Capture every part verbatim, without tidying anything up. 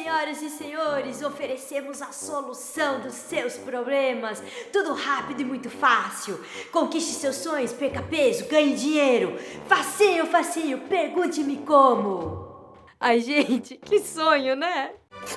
senhoras e senhores, oferecemos a solução dos seus problemas. Tudo rápido e muito fácil. Conquiste seus sonhos, perca peso, ganhe dinheiro. Facinho, facinho, pergunte-me como. Ai, gente, que sonho, né?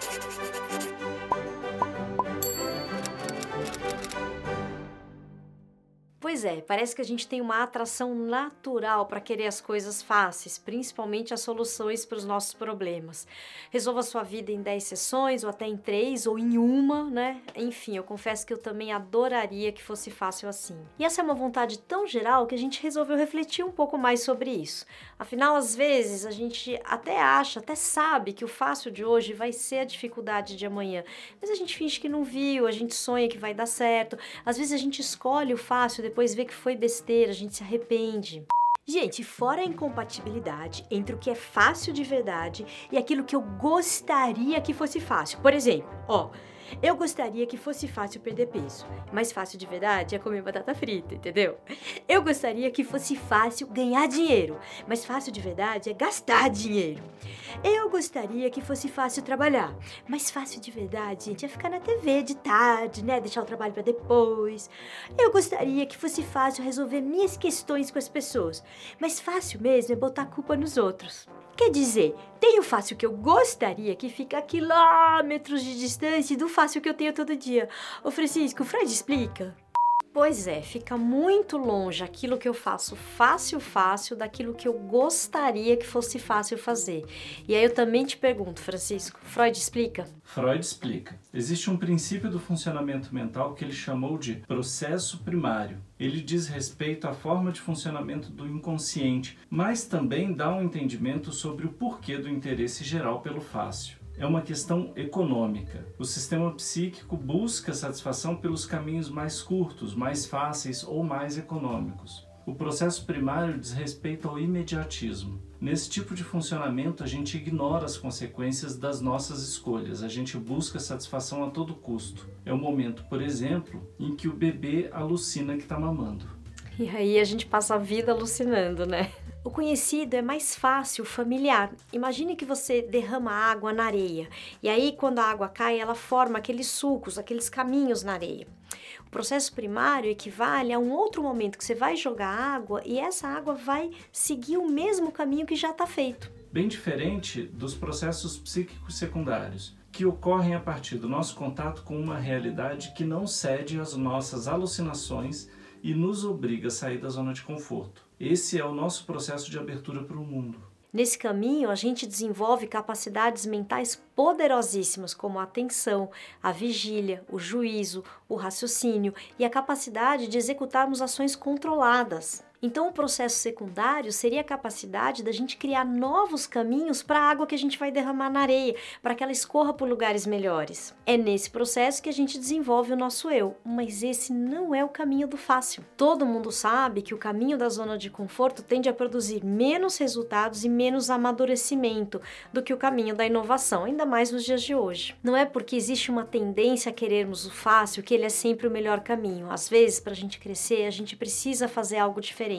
Pois é, parece que a gente tem uma atração natural para querer as coisas fáceis, principalmente as soluções para os nossos problemas. Resolva sua vida em dez sessões, ou até em três, ou em uma, né? Enfim, eu confesso que eu também adoraria que fosse fácil assim. E essa é uma vontade tão geral que a gente resolveu refletir um pouco mais sobre isso. Afinal, às vezes, a gente até acha, até sabe que o fácil de hoje vai ser a dificuldade de amanhã, mas a gente finge que não viu, a gente sonha que vai dar certo. Às vezes a gente escolhe o fácil, depois vê que foi besteira, a gente se arrepende. Gente, fora a incompatibilidade entre o que é fácil de verdade e aquilo que eu gostaria que fosse fácil. Por exemplo, ó, eu gostaria que fosse fácil perder peso, mas fácil de verdade é comer batata frita, entendeu? Eu gostaria que fosse fácil ganhar dinheiro, mas fácil de verdade é gastar dinheiro. Eu gostaria que fosse fácil trabalhar, mas fácil de verdade, gente, é ficar na T V de tarde, né? Deixar o trabalho para depois. Eu gostaria que fosse fácil resolver minhas questões com as pessoas, mas fácil mesmo é botar a culpa nos outros. Quer dizer, tem o fácil que eu gostaria que fica a quilômetros de distância do fácil que eu tenho todo dia. Ô Francisco, Freud explica? Pois é, fica muito longe aquilo que eu faço fácil, fácil, daquilo que eu gostaria que fosse fácil fazer. E aí eu também te pergunto, Francisco, Freud explica? Freud explica. Existe um princípio do funcionamento mental que ele chamou de processo primário. Ele diz respeito à forma de funcionamento do inconsciente, mas também dá um entendimento sobre o porquê do interesse geral pelo fácil. É uma questão econômica. O sistema psíquico busca satisfação pelos caminhos mais curtos, mais fáceis ou mais econômicos. O processo primário diz respeito ao imediatismo. Nesse tipo de funcionamento, a gente ignora as consequências das nossas escolhas, a gente busca satisfação a todo custo. É o momento, por exemplo, em que o bebê alucina que está mamando. E aí a gente passa a vida alucinando, né? O conhecido é mais fácil, familiar. Imagine que você derrama água na areia e aí quando a água cai ela forma aqueles sulcos, aqueles caminhos na areia. O processo primário equivale a um outro momento que você vai jogar água e essa água vai seguir o mesmo caminho que já está feito. Bem diferente dos processos psíquicos secundários, que ocorrem a partir do nosso contato com uma realidade que não cede às nossas alucinações e nos obriga a sair da zona de conforto. Esse é o nosso processo de abertura para o mundo. Nesse caminho, a gente desenvolve capacidades mentais poderosíssimas, como a atenção, a vigília, o juízo, o raciocínio e a capacidade de executarmos ações controladas. Então, o processo secundário seria a capacidade da gente criar novos caminhos para a água que a gente vai derramar na areia, para que ela escorra por lugares melhores. É nesse processo que a gente desenvolve o nosso eu, mas esse não é o caminho do fácil. Todo mundo sabe que o caminho da zona de conforto tende a produzir menos resultados e menos amadurecimento do que o caminho da inovação, ainda mais nos dias de hoje. Não é porque existe uma tendência a querermos o fácil que ele é sempre o melhor caminho. Às vezes, para a gente crescer, a gente precisa fazer algo diferente.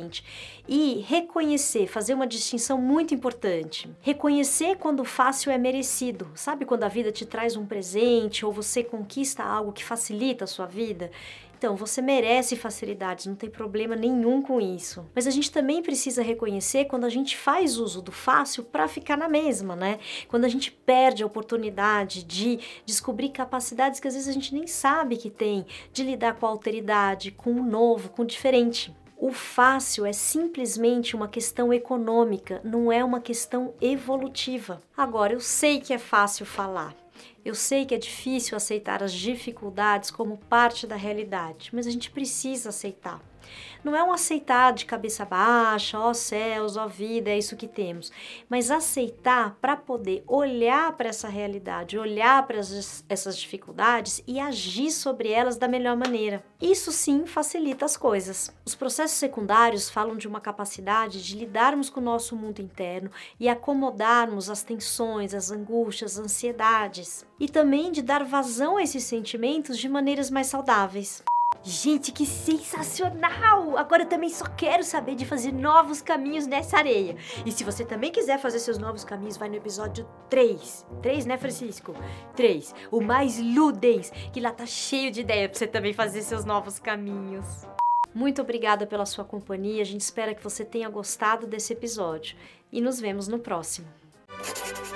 E reconhecer, fazer uma distinção muito importante. Reconhecer quando o fácil é merecido. Sabe quando a vida te traz um presente ou você conquista algo que facilita a sua vida? Então, você merece facilidades, não tem problema nenhum com isso. Mas a gente também precisa reconhecer quando a gente faz uso do fácil para ficar na mesma, né? Quando a gente perde a oportunidade de descobrir capacidades que às vezes a gente nem sabe que tem, de lidar com a alteridade, com o novo, com o diferente. O fácil é simplesmente uma questão econômica, não é uma questão evolutiva. Agora, eu sei que é fácil falar, eu sei que é difícil aceitar as dificuldades como parte da realidade, mas a gente precisa aceitar. Não é um aceitar de cabeça baixa, ó céus, ó vida, é isso que temos. Mas aceitar para poder olhar para essa realidade, olhar para essas dificuldades e agir sobre elas da melhor maneira. Isso sim facilita as coisas. Os processos secundários falam de uma capacidade de lidarmos com o nosso mundo interno e acomodarmos as tensões, as angústias, as ansiedades. E também de dar vazão a esses sentimentos de maneiras mais saudáveis. Gente, que sensacional! Agora eu também só quero saber de fazer novos caminhos nessa areia. E se você também quiser fazer seus novos caminhos, vai no episódio três. três, né, Francisco? três. O mais ludens, que lá tá cheio de ideia pra você também fazer seus novos caminhos. Muito obrigada pela sua companhia. A gente espera que você tenha gostado desse episódio. E nos vemos no próximo.